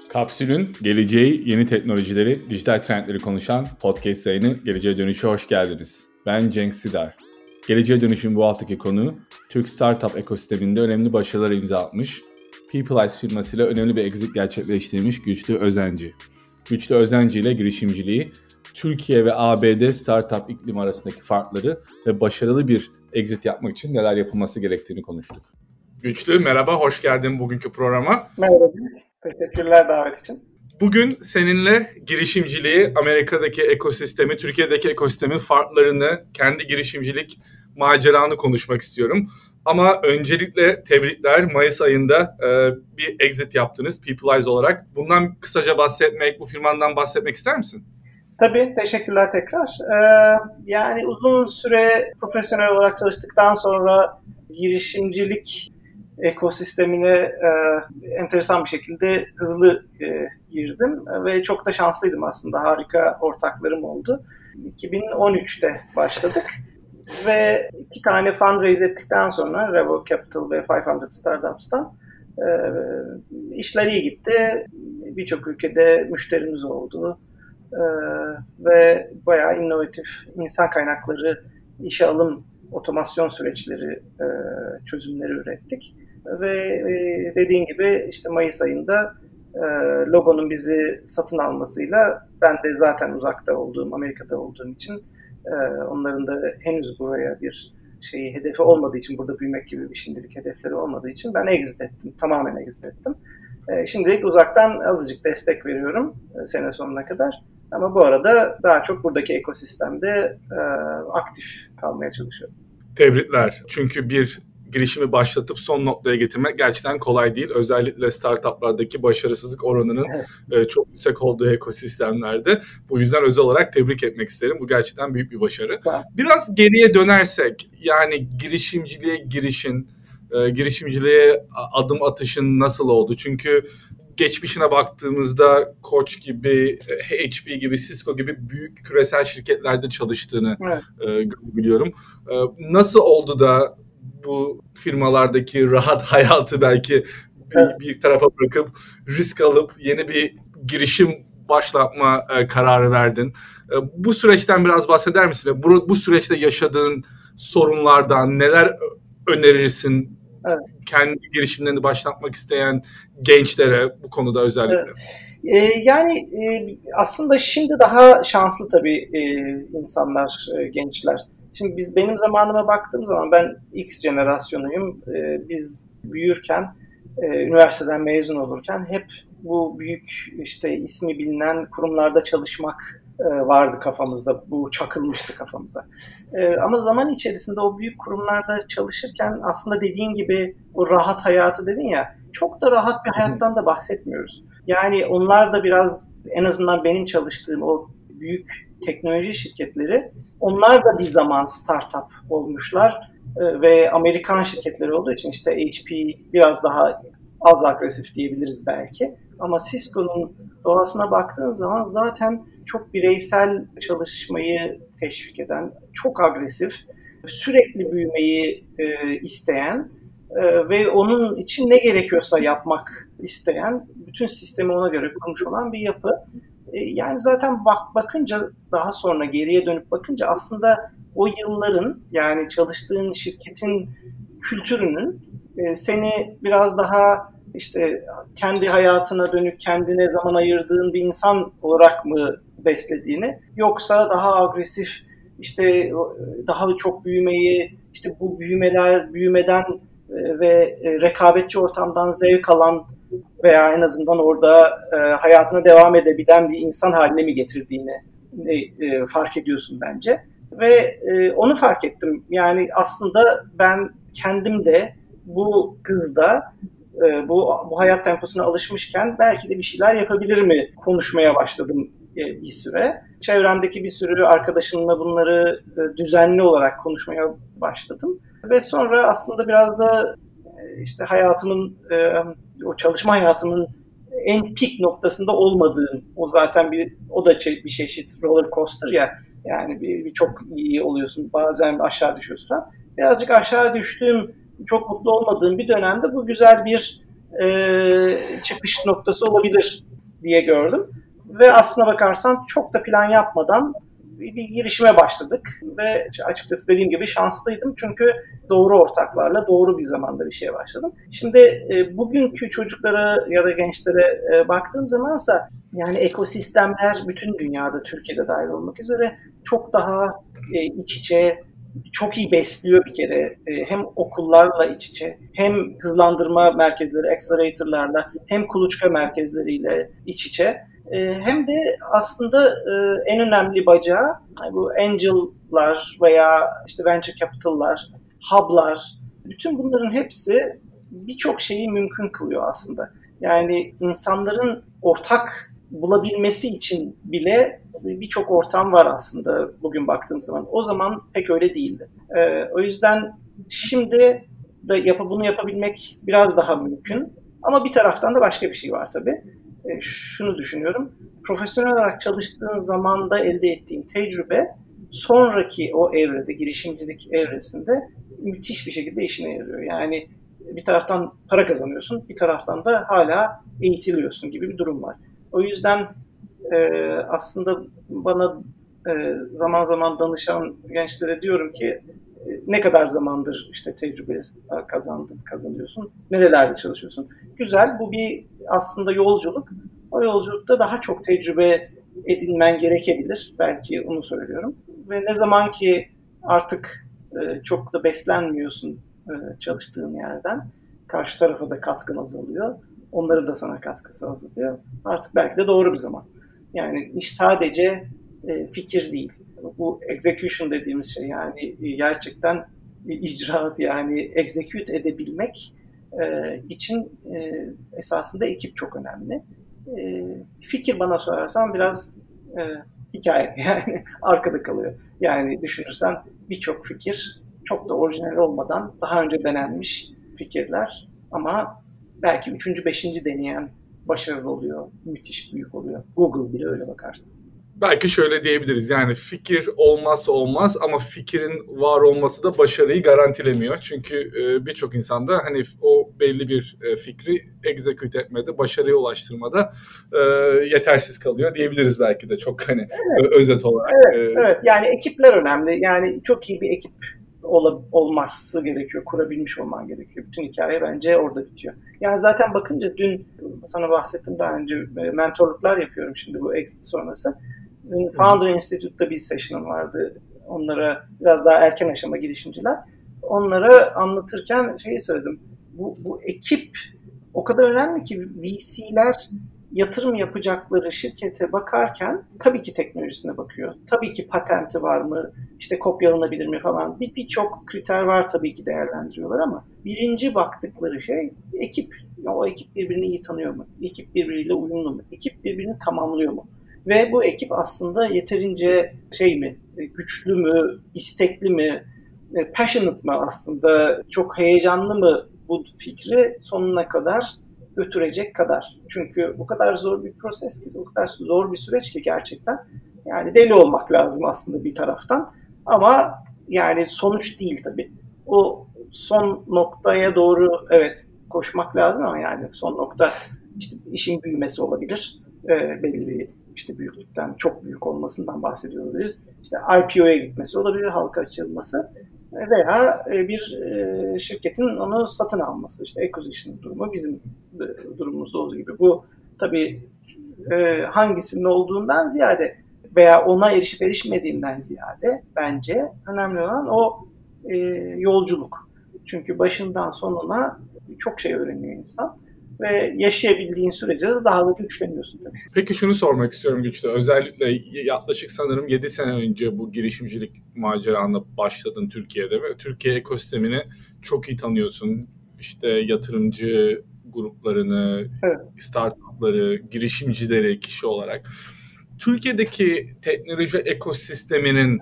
Kapsül'ün geleceği, yeni teknolojileri, dijital trendleri konuşan podcast yayını Geleceğe Dönüş'e hoş geldiniz. Ben Cenk Sidar. Geleceğe Dönüş'ün bu haftaki konuğu, Türk startup ekosisteminde önemli başarılar imza atmış, Peopleize firmasıyla önemli bir exit gerçekleştirmiş Güçlü Özenci. Güçlü Özenci ile girişimciliği, Türkiye ve ABD startup iklimi arasındaki farkları ve başarılı bir exit yapmak için neler yapılması gerektiğini konuştuk. Güçlü, merhaba, hoş geldin bugünkü programa. Merhaba, teşekkürler davet için. Bugün seninle girişimciliği, Amerika'daki ekosistemi, Türkiye'deki ekosistemin farklarını, kendi girişimcilik maceranı konuşmak istiyorum. Ama öncelikle tebrikler, Mayıs ayında bir exit yaptınız Peopleize olarak. Bundan kısaca bahsetmek, bu firmandan bahsetmek ister misin? Tabii, teşekkürler tekrar. Yani uzun süre profesyonel olarak çalıştıktan sonra girişimcilik ekosistemine enteresan bir şekilde hızlı girdim ve çok da şanslıydım aslında. Harika ortaklarım oldu. 2013'te başladık ve 2 tane fundraise ettikten sonra Revo Capital ve 500 Startups'tan işler iyi gitti. Birçok ülkede müşterimiz oldu ve bayağı inovatif insan kaynakları işe alım otomasyon süreçleri çözümleri ürettik. Ve dediğin gibi işte Mayıs ayında Logo'nun bizi satın almasıyla ben de zaten uzakta olduğum, Amerika'da olduğum için onların da henüz buraya bir hedefi olmadığı için, burada büyümek gibi bir şimdilik hedefleri olmadığı için ben exit ettim. Tamamen exit ettim. Şimdilik uzaktan azıcık destek veriyorum sene sonuna kadar. Ama bu arada daha çok buradaki ekosistemde aktif kalmaya çalışıyorum. Tebrikler. Çünkü bir girişimi başlatıp son noktaya getirmek gerçekten kolay değil. Özellikle startuplardaki başarısızlık oranının çok yüksek olduğu ekosistemlerde. Bu yüzden özel olarak tebrik etmek isterim. Bu gerçekten büyük bir başarı. Biraz geriye dönersek, yani girişimciliğe girişimciliğe adım atışın nasıl oldu? Çünkü geçmişine baktığımızda Koç gibi, HP gibi, Cisco gibi büyük küresel şirketlerde çalıştığını biliyorum. Nasıl oldu da bu firmalardaki rahat hayatı belki bir tarafa bırakıp risk alıp yeni bir girişim başlatma kararı verdin? Bu süreçten biraz bahseder misin? Ve bu süreçte yaşadığın sorunlardan neler önerirsin? Evet. Kendi girişimlerini başlatmak isteyen gençlere bu konuda özellikle. Yani aslında şimdi daha şanslı tabii insanlar, gençler. Şimdi benim zamanıma baktığım zaman ben X jenerasyonuyum. Biz büyürken, üniversiteden mezun olurken hep bu büyük işte ismi bilinen kurumlarda çalışmak vardı kafamızda. Bu çakılmıştı kafamıza. Ama zaman içerisinde o büyük kurumlarda çalışırken aslında dediğin gibi o rahat hayatı dedin ya, çok da rahat bir hayattan da bahsetmiyoruz. Yani onlar da biraz, en azından benim çalıştığım o büyük teknoloji şirketleri, onlar da bir zaman startup olmuşlar ve Amerikan şirketleri olduğu için işte HP biraz daha az agresif diyebiliriz belki. Ama Cisco'nun doğasına baktığın zaman zaten çok bireysel çalışmayı teşvik eden, çok agresif, sürekli büyümeyi isteyen ve onun için ne gerekiyorsa yapmak isteyen, bütün sistemi ona göre kurmuş olan bir yapı. Yani zaten bakınca, daha sonra geriye dönüp bakınca aslında o yılların, yani çalıştığın şirketin kültürünün seni biraz daha işte kendi hayatına dönük, kendine zaman ayırdığın bir insan olarak mı beslediğini, yoksa daha agresif, işte daha çok büyümeyi, işte bu büyümeden ve rekabetçi ortamdan zevk alan veya en azından orada hayatına devam edebilen bir insan haline mi getirdiğini fark ediyorsun bence. Ve onu fark ettim. Yani aslında ben kendim de bu hızda, bu hayat temposuna alışmışken belki de bir şeyler yapabilir mi konuşmaya başladım bir süre. Çevremdeki bir sürü arkadaşımla bunları düzenli olarak konuşmaya başladım. Ve sonra aslında biraz da işte hayatımın, o çalışma hayatımın en peak noktasında olmadığım, o zaten o da bir çeşit roller coaster ya, yani bir çok iyi oluyorsun, bazen aşağı düşüyorsun falan. Birazcık aşağı düştüğüm, çok mutlu olmadığım bir dönemde bu güzel bir çıkış noktası olabilir diye gördüm. Ve aslına bakarsan çok da plan yapmadan bir girişime başladık. Ve açıkçası dediğim gibi şanslıydım. Çünkü doğru ortaklarla doğru bir zamanda bir şeye başladım. Şimdi bugünkü çocuklara ya da gençlere baktığım zamansa yani ekosistemler bütün dünyada, Türkiye'de dahil olmak üzere çok daha iç içe, çok iyi besliyor bir kere. Hem okullarla iç içe, hem hızlandırma merkezleri, accelerator'larla, hem kuluçka merkezleriyle iç içe. Hem de aslında en önemli bacağı bu angel'lar veya işte venture capital'lar, hub'lar, bütün bunların hepsi birçok şeyi mümkün kılıyor aslında. Yani insanların ortak bulabilmesi için bile birçok ortam var aslında bugün baktığım zaman. O zaman pek öyle değildi. O yüzden şimdi de bunu yapabilmek biraz daha mümkün. Ama bir taraftan da başka bir şey var tabii. Şunu düşünüyorum. Profesyonel olarak çalıştığın zamanda elde ettiğin tecrübe sonraki o evrede, girişimcilik evresinde müthiş bir şekilde işine yarıyor. Yani bir taraftan para kazanıyorsun, bir taraftan da hala eğitiliyorsun gibi bir durum var. O yüzden aslında bana zaman zaman danışan gençlere diyorum ki ne kadar zamandır işte tecrübe kazanıyorsun, nerelerde çalışıyorsun. Güzel, bu bir aslında yolculuk. O yolculukta daha çok tecrübe edinmen gerekebilir. Belki onu söylüyorum. Ve ne zaman ki artık çok da beslenmiyorsun çalıştığın yerden, karşı tarafa da katkın azalıyor. Onların da sana katkısı azalıyor. Artık belki de doğru bir zaman. Yani iş sadece fikir değil. Bu execution dediğimiz şey yani gerçekten icraat yani execute edebilmek için esasında ekip çok önemli. Fikir bana sorarsan biraz hikaye yani arkada kalıyor. Yani düşünürsen birçok fikir çok da orijinal olmadan daha önce denenmiş fikirler ama belki üçüncü, beşinci deneyen başarılı oluyor, müthiş büyük oluyor. Google bile öyle bakarsın. Belki şöyle diyebiliriz yani fikir olmazsa olmaz ama fikrin var olması da başarıyı garantilemiyor. Çünkü birçok insanda hani o belli bir fikri execute etmede, başarıya ulaştırmada yetersiz kalıyor diyebiliriz belki de çok hani evet. Özet olarak. Evet yani ekipler önemli. Yani çok iyi bir ekip olması gerekiyor, kurabilmiş olman gerekiyor. Bütün hikaye bence orada bitiyor. Yani zaten bakınca dün sana bahsettim daha önce mentorluklar yapıyorum şimdi bu exit sonrası. Founder Institute'da bir session vardı. Onlara biraz daha erken aşama girişimciler. Onlara anlatırken şeyi söyledim. Bu ekip o kadar önemli ki VC'ler yatırım yapacakları şirkete bakarken tabii ki teknolojisine bakıyor. Tabii ki patenti var mı, işte kopyalanabilir mi falan. Birçok kriter var tabii ki değerlendiriyorlar ama birinci baktıkları şey ekip. Ya o ekip birbirini iyi tanıyor mu? Ekip birbiriyle uyumlu mu? Ekip birbirini tamamlıyor mu? Ve bu ekip aslında yeterince güçlü mü, istekli mi, passionate mı aslında, çok heyecanlı mı bu fikri sonuna kadar götürecek kadar. Çünkü o kadar zor bir proses ki, o kadar zor bir süreç ki gerçekten. Yani deli olmak lazım aslında bir taraftan. Ama yani sonuç değil tabii. O son noktaya doğru evet koşmak lazım ama yani son nokta işte işin büyümesi olabilir. Belli bir işte büyüklükten, çok büyük olmasından bahsediyor olabiliriz. İşte IPO'ya gitmesi olabilir, halka açılması veya bir şirketin onu satın alması, işte acquisition durumu bizim durumumuzda olduğu gibi. Bu tabii hangisinin olduğundan ziyade veya ona erişip erişmediğinden ziyade bence önemli olan o yolculuk. Çünkü başından sonuna çok şey öğreniyor insan. Ve yaşayabildiğin sürece de daha da güçleniyorsun tabii. Peki şunu sormak istiyorum Güçlü. Özellikle yaklaşık sanırım 7 sene önce bu girişimcilik maceranla başladın Türkiye'de ve Türkiye ekosistemini çok iyi tanıyorsun. İşte yatırımcı gruplarını, evet. Startupları, girişimcileri kişi olarak. Türkiye'deki teknoloji ekosisteminin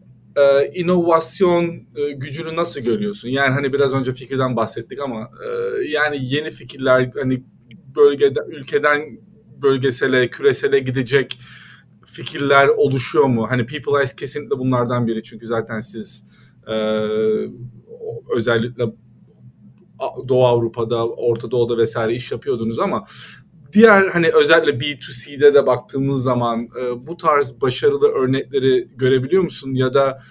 inovasyon gücünü nasıl görüyorsun? Yani hani biraz önce fikirden bahsettik ama yani yeni fikirler hani ülkeden bölgesele, küresele gidecek fikirler oluşuyor mu? Hani Peopleize kesinlikle bunlardan biri çünkü zaten siz özellikle Doğu Avrupa'da, Orta Doğu'da vesaire iş yapıyordunuz ama Diğer hani özellikle B2C'de de baktığımız zaman bu tarz başarılı örnekleri görebiliyor musun? Ya da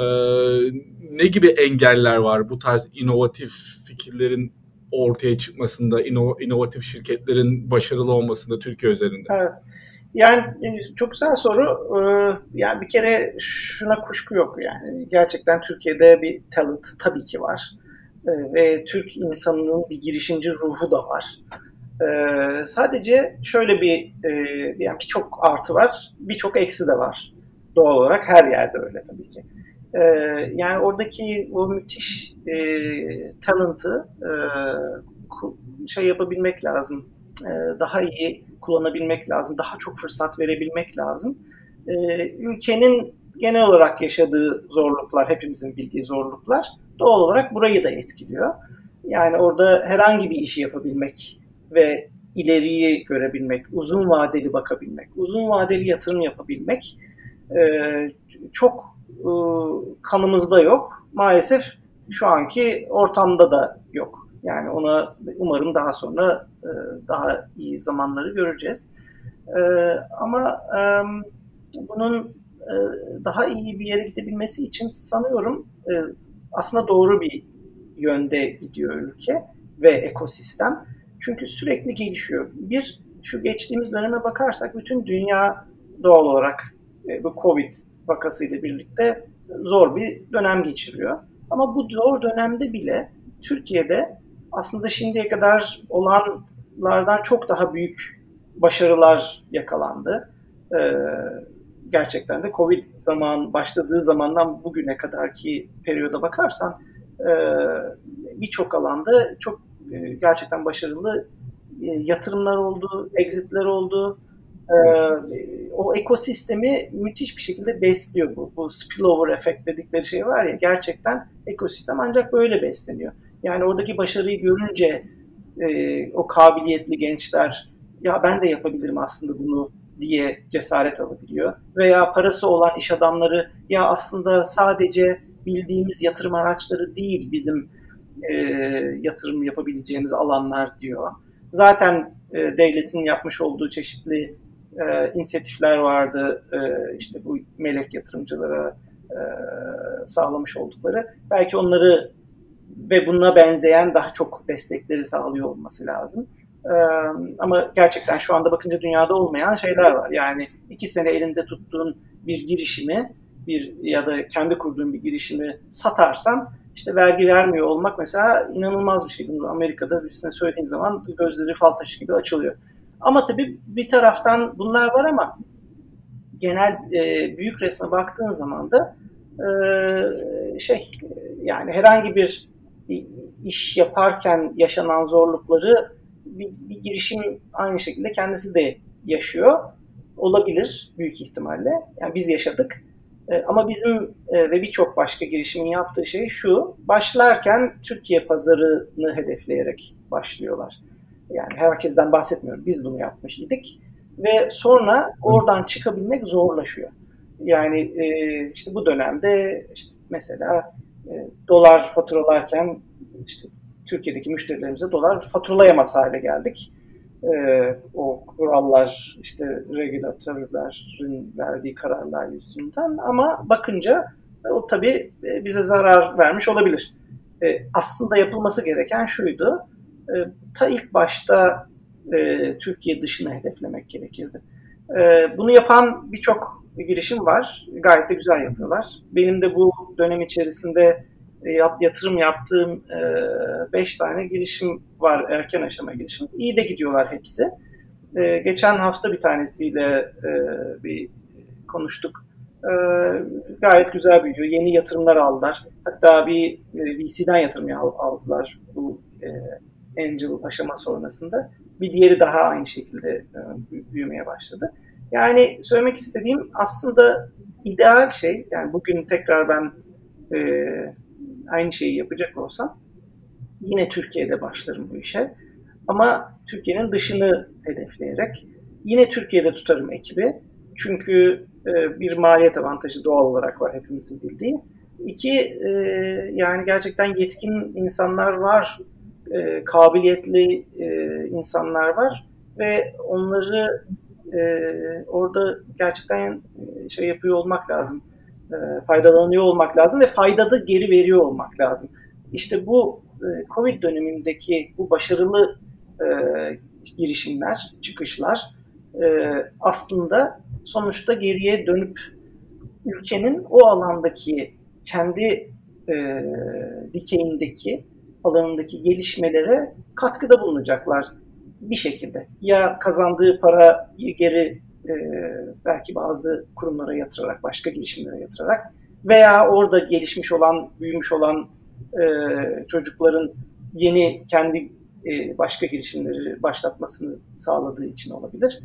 ne gibi engeller var bu tarz inovatif fikirlerin ortaya çıkmasında, inovatif şirketlerin başarılı olmasında Türkiye üzerinde? Evet. Yani çok güzel soru. Yani bir kere şuna kuşku yok yani. Gerçekten Türkiye'de bir talent tabii ki var. Ve Türk insanının bir girişimci ruhu da var. Sadece şöyle yani birçok artı var, birçok eksi de var. Doğal olarak her yerde öyle tabii ki. Yani oradaki o müthiş talent'ı yapabilmek lazım. Daha iyi kullanabilmek lazım. Daha çok fırsat verebilmek lazım. Ülkenin genel olarak yaşadığı zorluklar, hepimizin bildiği zorluklar doğal olarak burayı da etkiliyor. Yani orada herhangi bir işi yapabilmek ve ileriyi görebilmek, uzun vadeli bakabilmek, uzun vadeli yatırım yapabilmek çok kanımızda yok. Maalesef şu anki ortamda da yok. Yani ona umarım daha sonra daha iyi zamanları göreceğiz. Ama bunun daha iyi bir yere gidebilmesi için sanıyorum aslında doğru bir yönde gidiyor ülke ve ekosistem. Çünkü sürekli gelişiyor. Şu geçtiğimiz döneme bakarsak bütün dünya doğal olarak bu Covid vakasıyla birlikte zor bir dönem geçiriyor. Ama bu zor dönemde bile Türkiye'de aslında şimdiye kadar olanlardan çok daha büyük başarılar yakalandı. Gerçekten de Covid başladığı zamandan bugüne kadarki periyoda bakarsan birçok alanda çok gerçekten başarılı yatırımlar oldu, exitler oldu. O ekosistemi müthiş bir şekilde besliyor bu. Bu spillover efekt dedikleri şey var ya, gerçekten ekosistem ancak böyle besleniyor. Yani oradaki başarıyı görünce o kabiliyetli gençler ya ben de yapabilirim aslında bunu diye cesaret alabiliyor. Veya parası olan iş adamları ya aslında sadece bildiğimiz yatırım araçları değil bizim yatırım yapabileceğimiz alanlar diyor. Zaten devletin yapmış olduğu çeşitli inisiyatifler vardı. İşte bu melek yatırımcılara sağlamış oldukları. Belki onları ve buna benzeyen daha çok destekleri sağlıyor olması lazım. Ama gerçekten şu anda bakınca dünyada olmayan şeyler var. Yani 2 sene elinde tuttuğun bir girişimi ya da kendi kurduğun bir girişimi satarsan işte vergi vermiyor olmak mesela inanılmaz bir şey. Bunu Amerika'da birisine söylediğin zaman gözleri fal taşı gibi açılıyor. Ama tabii bir taraftan bunlar var ama genel büyük resme baktığın zaman da yani herhangi bir iş yaparken yaşanan zorlukları bir girişim aynı şekilde kendisi de yaşıyor. Olabilir büyük ihtimalle. Yani biz yaşadık. Ama bizim ve birçok başka girişimin yaptığı şey şu: başlarken Türkiye pazarını hedefleyerek başlıyorlar. Yani herkesten bahsetmiyorum. Biz bunu yapmış idik. Ve sonra oradan çıkabilmek zorlaşıyor. Yani işte bu dönemde işte mesela dolar faturalarken işte Türkiye'deki müşterilerimize dolar faturalayamaz hale geldik. O kurallar, işte regülatörlerin verdiği kararlar yüzünden, ama bakınca o tabii bize zarar vermiş olabilir. Aslında yapılması gereken şuydu: ta ilk başta Türkiye dışına hedeflemek gerekirdi. Bunu yapan birçok girişim var. Gayet de güzel yapıyorlar. Benim de bu dönem içerisinde yatırım yaptığım 5 tane girişim var, erken aşama girişim. İyi de gidiyorlar hepsi. Geçen hafta bir tanesiyle bir konuştuk. Gayet güzel büyüyor. Yeni yatırımlar aldılar. Hatta bir VC'den yatırım aldılar bu Angel aşama sonrasında. Bir diğeri daha aynı şekilde büyümeye başladı. Yani söylemek istediğim aslında ideal şey, yani bugün tekrar ben aynı şeyi yapacak olsam yine Türkiye'de başlarım bu işe. Ama Türkiye'nin dışını hedefleyerek yine Türkiye'de tutarım ekibi. Çünkü bir maliyet avantajı doğal olarak var, hepimizin bildiği. İki, yani gerçekten yetkin insanlar var, kabiliyetli insanlar var. ve onları orada gerçekten şey yapıyor olmak lazım. Faydalanıyor olmak lazım ve faydada geri veriyor olmak lazım. İşte bu Covid dönemindeki bu başarılı girişimler, çıkışlar aslında sonuçta geriye dönüp ülkenin o alandaki kendi dikeyindeki alanındaki gelişmelere katkıda bulunacaklar bir şekilde. Ya kazandığı parayı geri belki bazı kurumlara yatırarak, başka girişimlere yatırarak veya orada gelişmiş olan, büyümüş olan çocukların yeni kendi başka girişimleri başlatmasını sağladığı için olabilir.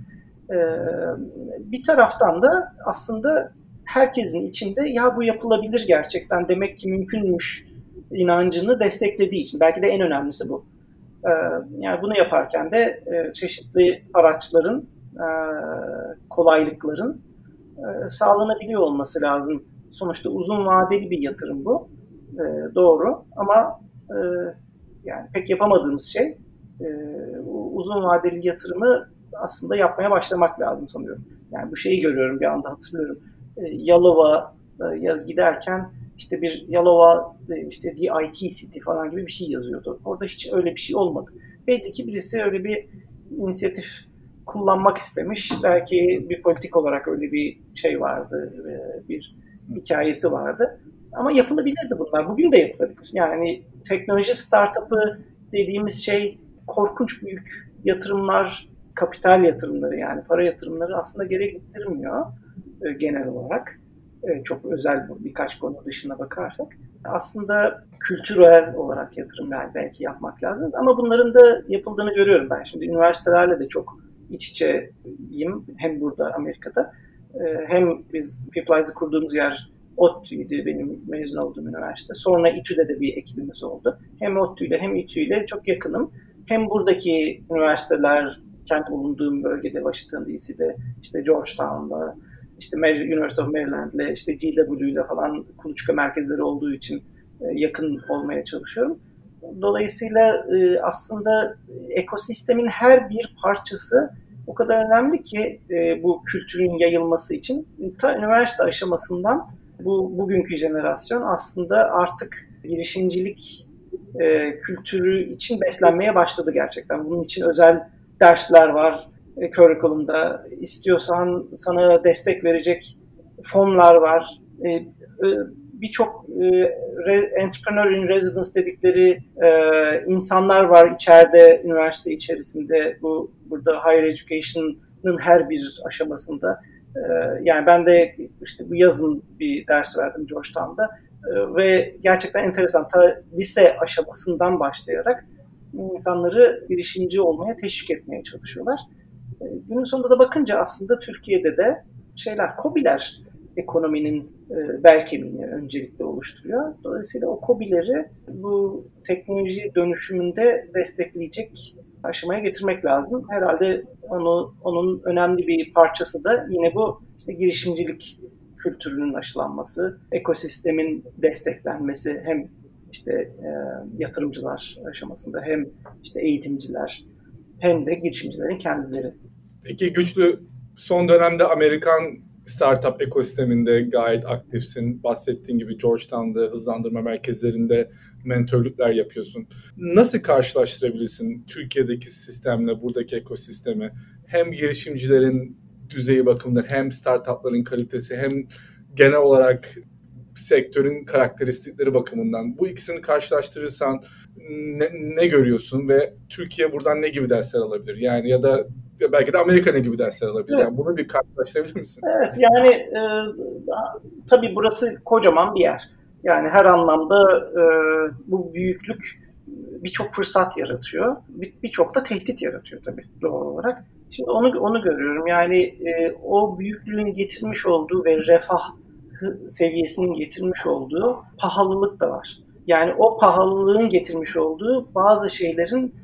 Bir taraftan da aslında herkesin içinde ya bu yapılabilir gerçekten demek ki mümkünmüş inancını desteklediği için. Belki de en önemlisi bu. Yani bunu yaparken de çeşitli araçların, kolaylıkların sağlanabiliyor olması lazım. Sonuçta uzun vadeli bir yatırım bu. Doğru ama yani pek yapamadığımız şey uzun vadeli yatırımı aslında yapmaya başlamak lazım sanıyorum. Yani bu şeyi görüyorum bir anda hatırlıyorum. Yalova'ya giderken işte bir Yalova işte The IT City falan gibi bir şey yazıyordu. Orada hiç öyle bir şey olmadı. Belli ki birisi öyle bir inisiyatif kullanmak istemiş. Belki bir politik olarak öyle bir şey vardı, bir hikayesi vardı. Ama yapılabilirdi bunlar. Bugün de yapılabilir. Yani teknoloji startup'ı dediğimiz şey korkunç büyük yatırımlar, kapital yatırımları yani para yatırımları aslında gerektirmiyor genel olarak. Çok özel birkaç konu dışına bakarsak. Aslında kültürel olarak yatırım belki yapmak lazım. Ama bunların da yapıldığını görüyorum ben. Şimdi üniversitelerle de çok iç içeyim. Hem burada Amerika'da hem biz People'ize'ı kurduğumuz yer ODTÜ'ydü benim mezun olduğum üniversite. Sonra İTÜ'de de bir ekibimiz oldu. Hem ODTÜ'yle hem İTÜ'yle çok yakınım. Hem buradaki üniversiteler, kent bulunduğum bölgede, Washington DC'de, işte Georgetown'da, işte University of Maryland'le, işte GW'yle falan kuluçka merkezleri olduğu için yakın olmaya çalışıyorum. Dolayısıyla aslında ekosistemin her bir parçası o kadar önemli ki bu kültürün yayılması için ta üniversite aşamasından bugünkü jenerasyon aslında artık girişimcilik kültürü için beslenmeye başladı gerçekten. Bunun için özel dersler var curriculum'da. İstiyorsan sana destek verecek fonlar var. Birçok entrepreneur in residence dedikleri insanlar var içeride, üniversite içerisinde. Burada higher education'ın her bir aşamasında. Yani ben de işte bu yazın bir ders verdim Georgetown'da ve gerçekten enteresan. Ta lise aşamasından başlayarak insanları girişimci olmaya teşvik etmeye çalışıyorlar. Günün sonunda da bakınca aslında Türkiye'de de KOBİ'ler ekonominin bel kemiğini öncelikle oluşturuyor. Dolayısıyla o KOBİ'leri bu teknoloji dönüşümünde destekleyecek aşamaya getirmek lazım. Herhalde onun önemli bir parçası da yine bu işte girişimcilik kültürünün aşılanması, ekosistemin desteklenmesi hem işte yatırımcılar aşamasında hem işte eğitimciler hem de girişimcilerin kendileri. Peki Güçlü, son dönemde Amerikan startup ekosisteminde gayet aktifsin. Bahsettiğin gibi Georgetown'da hızlandırma merkezlerinde mentörlükler yapıyorsun. Nasıl karşılaştırabilirsin Türkiye'deki sistemle buradaki ekosistemi? Hem girişimcilerin düzeyi bakımından hem startupların kalitesi hem genel olarak sektörün karakteristikleri bakımından bu ikisini karşılaştırırsan ne görüyorsun ve Türkiye buradan ne gibi dersler alabilir? Yani ya da belki de Amerika ne gibi dersler alabilir? Evet. Yani bunu bir karşılaştırabilir misin? Evet, yani tabii burası kocaman bir yer. Yani her anlamda bu büyüklük birçok fırsat yaratıyor. Birçok da tehdit yaratıyor tabii doğal olarak. Şimdi onu görüyorum. Yani o büyüklüğün getirmiş olduğu ve refah seviyesinin getirmiş olduğu pahalılık da var. Yani o pahalılığın getirmiş olduğu bazı şeylerin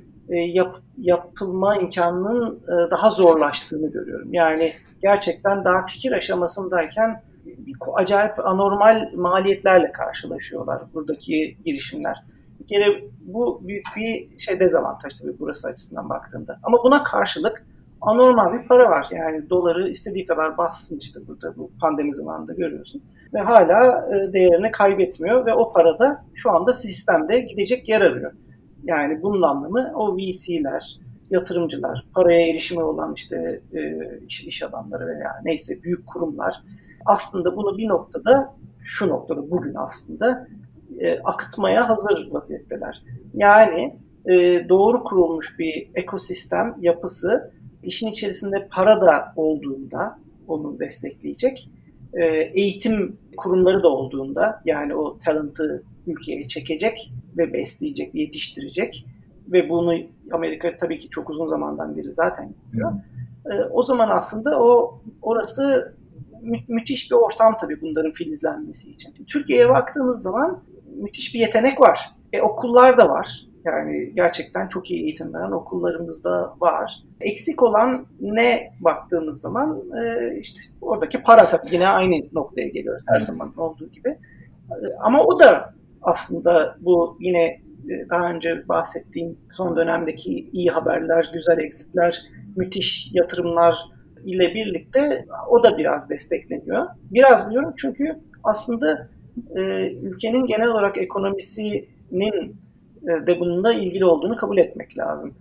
yapılma imkanının daha zorlaştığını görüyorum. Yani gerçekten daha fikir aşamasındayken acayip anormal maliyetlerle karşılaşıyorlar buradaki girişimler. Bir kere bu büyük bir dezavantaj tabii burası açısından baktığında. Ama buna karşılık anormal bir para var. Yani doları istediği kadar bassın işte burada bu pandemi zamanında görüyorsun. Ve hala değerini kaybetmiyor ve o para da şu anda sistemde gidecek yer arıyor. Yani bunun anlamı o VC'ler, yatırımcılar, paraya erişimi olan işte iş adamları veya neyse büyük kurumlar aslında bunu bir noktada, şu noktada bugün aslında akıtmaya hazır vaziyetteler. Yani doğru kurulmuş bir ekosistem yapısı işin içerisinde para da olduğunda onu destekleyecek. Eğitim kurumları da olduğunda yani o talent'ı ülkeye çekecek ve besleyecek, yetiştirecek ve bunu Amerika tabii ki çok uzun zamandan beri zaten yapıyor. O zaman aslında orası müthiş bir ortam tabii bunların filizlenmesi için. Türkiye'ye baktığımız zaman müthiş bir yetenek var. Okullar da var. Yani gerçekten çok iyi eğitim veren okullarımız da var. Eksik olan ne baktığımız zaman işte oradaki para tabii yine aynı noktaya geliyor her zaman olduğu gibi. Ama o da aslında bu yine daha önce bahsettiğim son dönemdeki iyi haberler, güzel exitler, müthiş yatırımlar ile birlikte o da biraz destekleniyor. Biraz diyorum çünkü aslında ülkenin genel olarak ekonomisinin de bununla ilgili olduğunu kabul etmek lazım.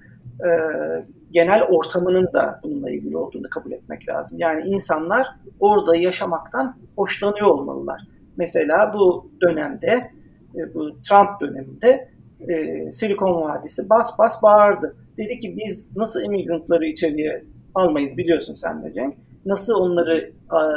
Genel ortamının da bununla ilgili olduğunu kabul etmek lazım. Yani insanlar orada yaşamaktan hoşlanıyor olmalılar. Mesela bu dönemde, bu Trump döneminde Silikon Vadisi bas bas bağırdı. Dedi ki biz nasıl immigrantları içeriye almayız biliyorsun sen de Cenk. Nasıl onları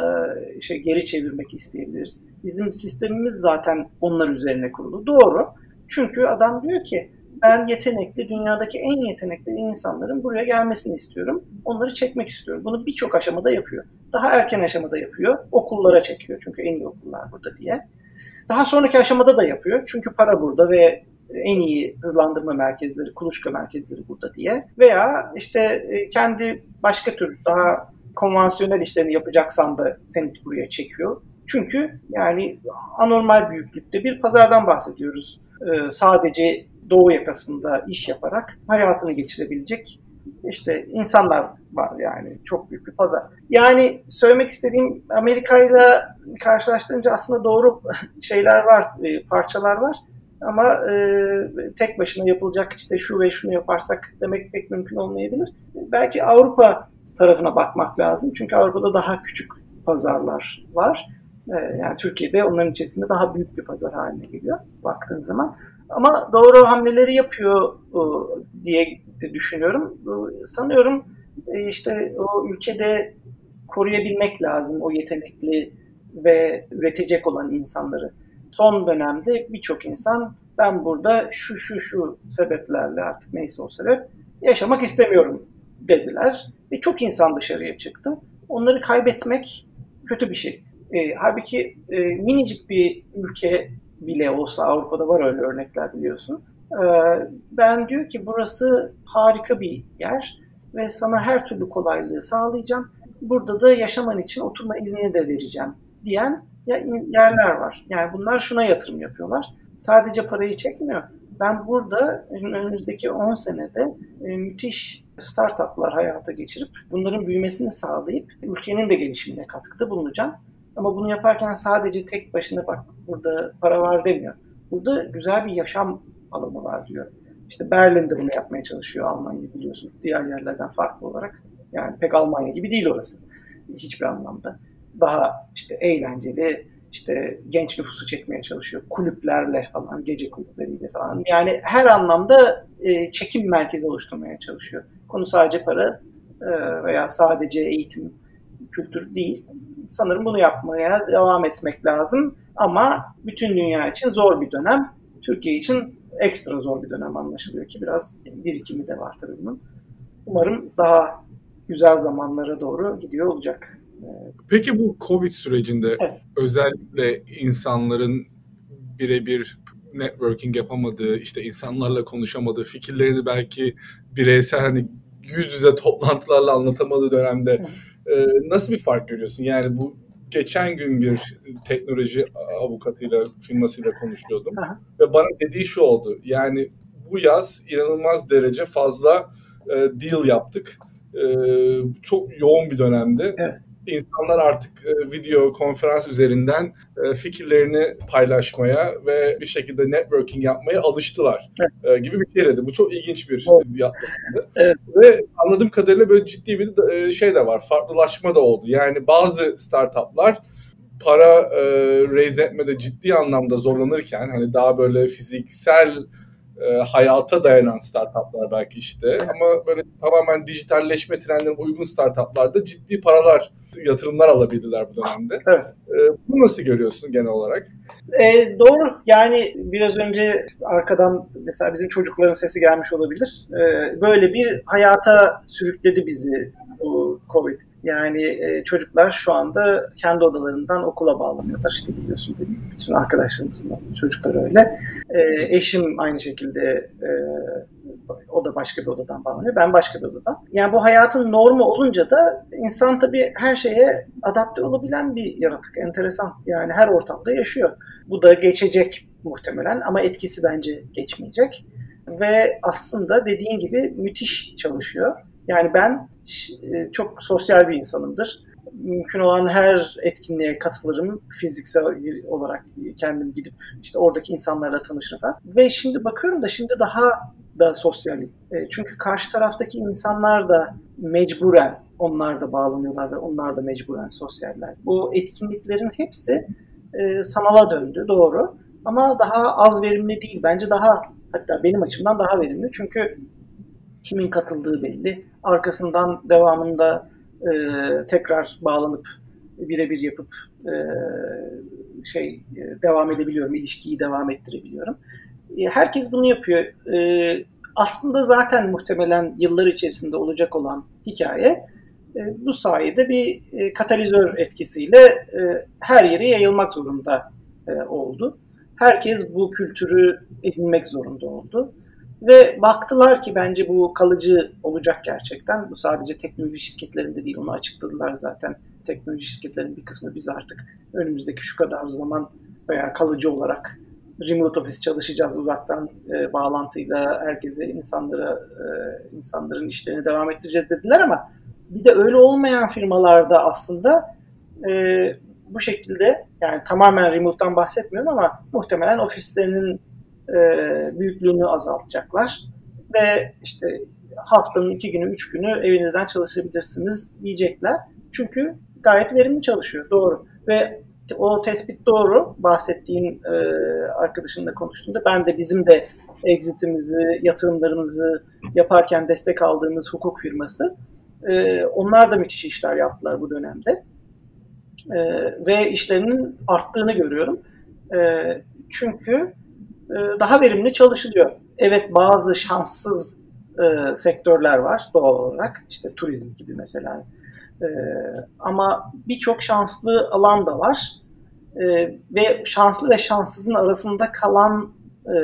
geri çevirmek isteyebiliriz? Bizim sistemimiz zaten onlar üzerine kurulu. Doğru. Çünkü adam diyor ki ben yetenekli, dünyadaki en yetenekli insanların buraya gelmesini istiyorum. Onları çekmek istiyorum. Bunu birçok aşamada yapıyor. Daha erken aşamada yapıyor. Okullara çekiyor. Çünkü en iyi okullar burada diye. Daha sonraki aşamada da yapıyor. Çünkü para burada ve en iyi hızlandırma merkezleri, kuluçka merkezleri burada diye. Veya işte kendi başka tür daha konvansiyonel işlerini yapacaksan da seni buraya çekiyor. Çünkü yani anormal büyüklükte bir pazardan bahsediyoruz. Sadece Doğu yakasında iş yaparak hayatını geçirebilecek işte insanlar var yani. Çok büyük bir pazar. Yani söylemek istediğim Amerika'yla karşılaştırınca aslında doğru şeyler var, parçalar var. Ama tek başına yapılacak işte şu ve şunu yaparsak demek pek mümkün olmayabilir. Belki Avrupa tarafına bakmak lazım. Çünkü Avrupa'da daha küçük pazarlar var. Yani Türkiye'de onların içerisinde daha büyük bir pazar haline geliyor baktığın zaman. Ama doğru hamleleri yapıyor diye düşünüyorum. Sanıyorum işte o ülkede koruyabilmek lazım o yetenekli ve üretecek olan insanları. Son dönemde birçok insan ben burada şu sebeplerle artık neyse o sebep yaşamak istemiyorum dediler. Ve çok insan dışarıya çıktı. Onları kaybetmek kötü bir şey. Halbuki minicik bir ülke bile olsa Avrupa'da var öyle örnekler biliyorsun. Ben diyor ki burası harika bir yer ve sana her türlü kolaylığı sağlayacağım. Burada da yaşaman için oturma izni de vereceğim diyen yerler var. Yani bunlar şuna yatırım yapıyorlar. Sadece parayı çekmiyor. Ben burada önümüzdeki 10 senede müthiş startuplar hayata geçirip bunların büyümesini sağlayıp ülkenin de gelişimine katkıda bulunacağım. Ama bunu yaparken sadece tek başına bak burada para var demiyor. Burada güzel bir yaşam alanı var diyor. İşte Berlin'de bunu yapmaya çalışıyor Almanya biliyorsun. Diğer yerlerden farklı olarak. Yani pek Almanya gibi değil orası. Hiçbir anlamda. Daha işte eğlenceli, işte genç nüfusu çekmeye çalışıyor. Kulüplerle falan, gece kulüpleriyle falan. Yani her anlamda çekim merkezi oluşturmaya çalışıyor. Konu sadece para veya sadece eğitim, kültür değil. Sanırım bunu yapmaya devam etmek lazım. Ama bütün dünya için zor bir dönem. Türkiye için ekstra zor bir dönem anlaşılıyor ki biraz birikimi de var tabii bunun. Umarım daha güzel zamanlara doğru gidiyor olacak. Peki bu Covid sürecinde evet. Özellikle insanların birebir networking yapamadığı, işte insanlarla konuşamadığı, fikirlerini belki bireysel hani yüz yüze toplantılarla anlatamadığı dönemde nasıl bir fark görüyorsun? Yani bu geçen gün bir teknoloji avukatıyla, firmasıyla konuşuyordum ve bana dediği şu oldu. Yani bu yaz inanılmaz derece fazla deal yaptık çok yoğun bir dönemdi. Evet. İnsanlar artık video konferans üzerinden fikirlerini paylaşmaya ve bir şekilde networking yapmaya alıştılar gibi bir şey dedi. Bu çok ilginç bir yaklaşımdı. Evet. Ve anladığım kadarıyla böyle ciddi bir şey de var. Farklılaşma da oldu. Yani bazı startuplar para raise etmede ciddi anlamda zorlanırken hani daha böyle fiziksel hayata dayanan startuplar belki işte ama böyle tamamen dijitalleşme trendlerine uygun startuplarda ciddi paralar, yatırımlar alabildiler bu dönemde. Evet. Bunu nasıl görüyorsun genel olarak? Doğru. Yani biraz önce arkadan mesela bizim çocukların sesi gelmiş olabilir. Böyle bir hayata sürükledi bizi bu Covid. Yani çocuklar şu anda kendi odalarından okula bağlanıyorlar. İşte biliyorsun bütün arkadaşlarımızın çocukları öyle. Eşim aynı şekilde o da başka bir odadan bağlanıyor. Ben başka bir odadan. Yani bu hayatın normu olunca da insan tabii her şeye adapte olabilen bir yaratık. Enteresan. Yani her ortamda yaşıyor. Bu da geçecek muhtemelen ama etkisi bence geçmeyecek. Ve aslında dediğin gibi müthiş çalışıyor. Yani ben çok sosyal bir insanımdır. Mümkün olan her etkinliğe katılırım. Fiziksel olarak kendim gidip işte oradaki insanlarla tanışırım falan. Ve şimdi bakıyorum da şimdi daha da sosyalim. Çünkü karşı taraftaki insanlar da mecburen onlar da bağlanıyorlar ve onlar da mecburen sosyaller. Bu etkinliklerin hepsi sanala döndü, doğru. Ama daha az verimli değil. Bence hatta benim açımdan daha verimli. Çünkü kimin katıldığı belli. Arkasından devamında tekrar bağlanıp birebir yapıp devam edebiliyorum. İlişkiyi devam ettirebiliyorum. Herkes bunu yapıyor. Aslında zaten muhtemelen yıllar içerisinde olacak olan hikaye bu sayede bir katalizör etkisiyle her yere yayılmak zorunda oldu. Herkes bu kültürü edinmek zorunda oldu. Ve baktılar ki bence bu kalıcı olacak gerçekten. Bu sadece teknoloji şirketlerinde değil, onu açıkladılar zaten. Teknoloji şirketlerinin bir kısmı biz artık önümüzdeki şu kadar zaman veya kalıcı olarak remote office çalışacağız, uzaktan bağlantıyla herkese, insanların işlerini devam ettireceğiz dediler ama bir de öyle olmayan firmalarda aslında bu şekilde, yani tamamen remote'dan bahsetmiyorum ama muhtemelen ofislerinin büyüklüğünü azaltacaklar ve işte haftanın 2 günü 3 günü evinizden çalışabilirsiniz diyecekler. Çünkü gayet verimli çalışıyor. Doğru. Ve o tespit doğru. Bahsettiğin arkadaşınla konuştuğumda ben de bizim de exit'imizi, yatırımlarımızı yaparken destek aldığımız hukuk firması, onlar da müthiş işler yaptılar bu dönemde. Ve işlerinin arttığını görüyorum. Çünkü daha verimli çalışılıyor. Evet, bazı şanssız sektörler var doğal olarak. İşte turizm gibi mesela. Ama birçok şanslı alan da var. Ve şanslı ve şanssızın arasında kalan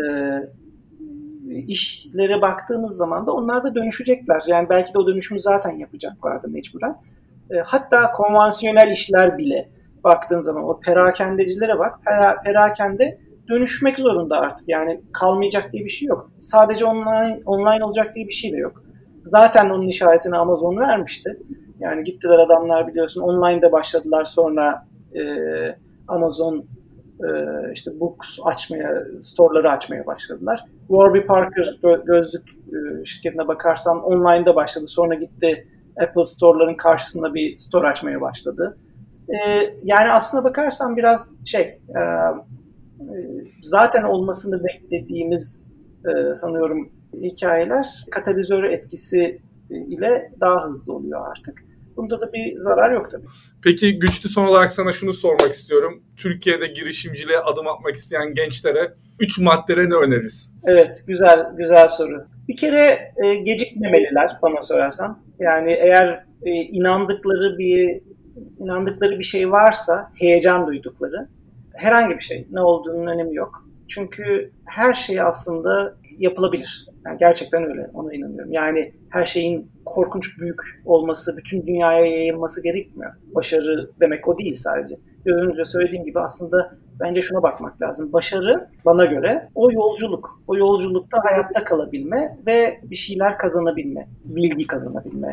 işlere baktığımız zaman da onlar da dönüşecekler. Yani belki de o dönüşümü zaten yapacaklardı mecburen. Hatta konvansiyonel işler bile baktığın zaman o perakendecilere bak. Perakende dönüşmek zorunda artık. Yani kalmayacak diye bir şey yok. Sadece online olacak diye bir şey de yok. Zaten onun işaretini Amazon vermişti. Yani gittiler adamlar, biliyorsun, online'da başladılar, sonra Amazon işte Books açmaya, store'ları açmaya başladılar. Warby Parker gözlük şirketine bakarsan online'da başladı. Sonra gitti Apple store'ların karşısında bir store açmaya başladı. Yani aslına bakarsan biraz zaten olmasını beklediğimiz sanıyorum hikayeler katalizör etkisi ile daha hızlı oluyor artık. Bunda da bir zarar yok tabii. Peki Güçlü, son olarak sana şunu sormak istiyorum. Türkiye'de girişimciliğe adım atmak isteyen gençlere 3 maddede ne önerirsin? Evet, güzel soru. Bir kere gecikmemeliler bana sorarsan. Yani eğer inandıkları bir şey varsa, heyecan duydukları, herhangi bir şey, ne olduğunun önemi yok. Çünkü her şey aslında yapılabilir. Yani gerçekten öyle, ona inanıyorum. Yani her şeyin korkunç büyük olması, bütün dünyaya yayılması gerekmiyor. Başarı demek o değil sadece. Biraz önce söylediğim gibi aslında bence şuna bakmak lazım. Başarı bana göre o yolculuk. O yolculukta hayatta kalabilme ve bir şeyler kazanabilme, bilgi kazanabilme.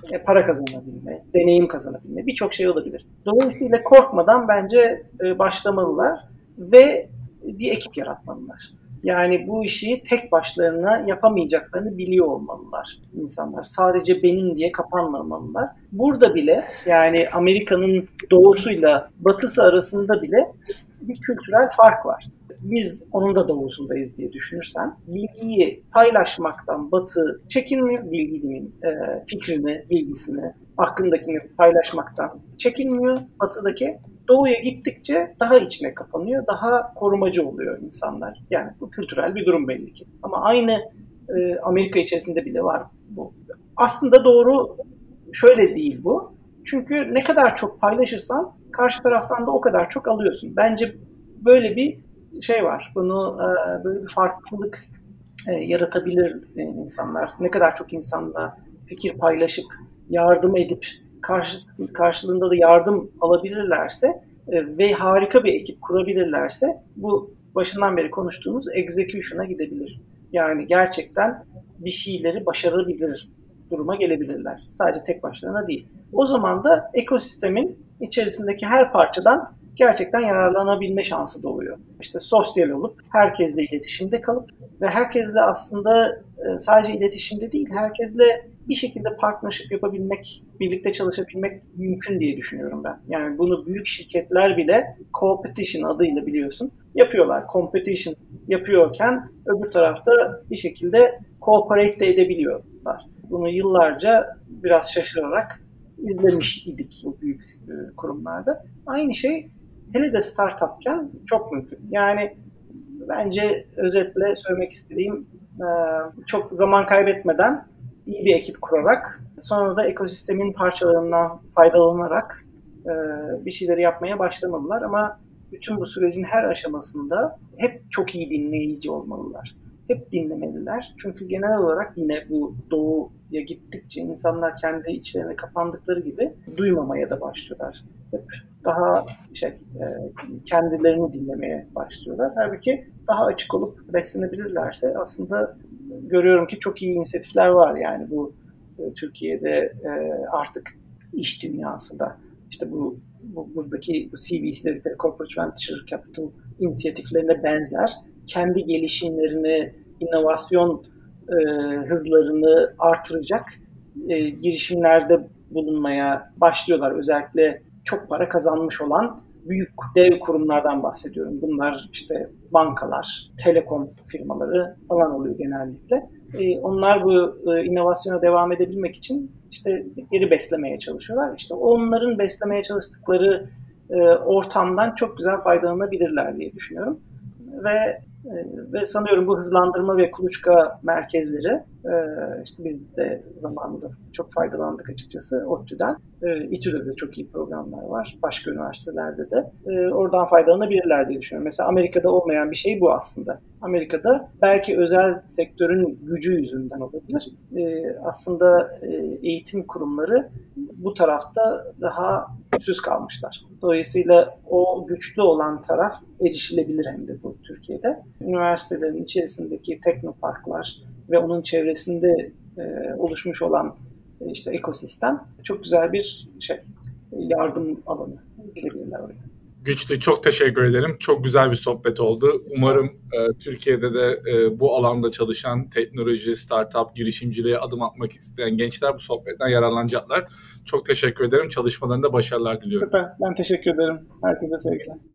para kazanabilme, deneyim kazanabilme, birçok şey olabilir. Dolayısıyla korkmadan bence başlamalılar ve bir ekip yaratmalılar. Yani bu işi tek başlarına yapamayacaklarını biliyor olmalılar insanlar. Sadece benim diye kapanmamalılar. Burada bile yani Amerika'nın doğusuyla batısı arasında bile bir kültürel fark var. Biz onun da doğusundayız diye düşünürsen bilgiyi paylaşmaktan Batı çekinmiyor. Bilginin fikrini, bilgisini, aklındakini paylaşmaktan çekinmiyor Batı'daki. Doğuya gittikçe daha içine kapanıyor, daha korumacı oluyor insanlar. Yani bu kültürel bir durum belli ki. Ama aynı Amerika içerisinde bile var bu. Aslında doğru şöyle değil bu. Çünkü ne kadar çok paylaşırsan karşı taraftan da o kadar çok alıyorsun. Bence böyle bir şey var. Bunu böyle bir farklılık yaratabilir insanlar. Ne kadar çok insanla fikir paylaşıp yardım edip karşılığında da yardım alabilirlerse ve harika bir ekip kurabilirlerse bu başından beri konuştuğumuz execution'a gidebilir. Yani gerçekten bir şeyleri başarabilir duruma gelebilirler. Sadece tek başlarına değil. O zaman da ekosistemin içerisindeki her parçadan gerçekten yararlanabilme şansı doğuyor. İşte sosyal olup herkesle iletişimde kalıp ve herkesle aslında sadece iletişimde değil, herkesle bir şekilde partnership yapabilmek, birlikte çalışabilmek mümkün diye düşünüyorum ben. Yani bunu büyük şirketler bile competition adıyla biliyorsun yapıyorlar. Competition yapıyorken öbür tarafta bir şekilde cooperate de edebiliyorlar. Bunu yıllarca biraz şaşırarak izlemiş idik bu büyük kurumlarda. Aynı şey hele de startupken çok mümkün. Yani bence özetle söylemek istediğim çok zaman kaybetmeden iyi bir ekip kurarak sonra da ekosistemin parçalarından faydalanarak bir şeyleri yapmaya başlamalılar ama bütün bu sürecin her aşamasında hep çok iyi dinleyici olmalılar. Hep dinlemeliler. Çünkü genel olarak yine bu doğuya gittikçe insanlar kendi içlerine kapandıkları gibi duymamaya da başlıyorlar. Hep daha kendilerini dinlemeye başlıyorlar. Halbuki daha açık olup beslenebilirlerse aslında görüyorum ki çok iyi inisiyatifler var yani bu Türkiye'de artık iş dünyasında işte buradaki bu CVC dedikleri Corporate Venture Capital inisiyatiflerine benzer kendi gelişimlerini, inovasyon hızlarını artıracak girişimlerde bulunmaya başlıyorlar. Özellikle çok para kazanmış olan büyük dev kurumlardan bahsediyorum. Bunlar işte bankalar, telekom firmaları falan oluyor genellikle. Onlar bu inovasyona devam edebilmek için işte geri beslemeye çalışıyorlar. İşte onların beslemeye çalıştıkları ortamdan çok güzel faydalanabilirler diye düşünüyorum. Ve sanıyorum bu hızlandırma ve kuluçka merkezleri işte biz de zamanında çok faydalandık açıkçası ODTÜ'den. İTÜ'de de çok iyi programlar var. Başka üniversitelerde de. Oradan faydalanabilirler diye düşünüyorum. Mesela Amerika'da olmayan bir şey bu aslında. Amerika'da belki özel sektörün gücü yüzünden olabilir. Aslında eğitim kurumları bu tarafta daha güçsüz kalmışlar. Dolayısıyla o güçlü olan taraf erişilebilir hem de bu Türkiye'de. Üniversitelerin içerisindeki teknoparklar ve onun çevresinde oluşmuş olan işte ekosistem çok güzel bir yardım alanı diyebilirler oraya. Güçlü, çok teşekkür ederim. Çok güzel bir sohbet oldu. Umarım Türkiye'de de bu alanda çalışan teknoloji, startup, girişimciliğe adım atmak isteyen gençler bu sohbetten yararlanacaklar. Çok teşekkür ederim. Çalışmalarında başarılar diliyorum. Süper. Ben teşekkür ederim. Herkese sevgiler.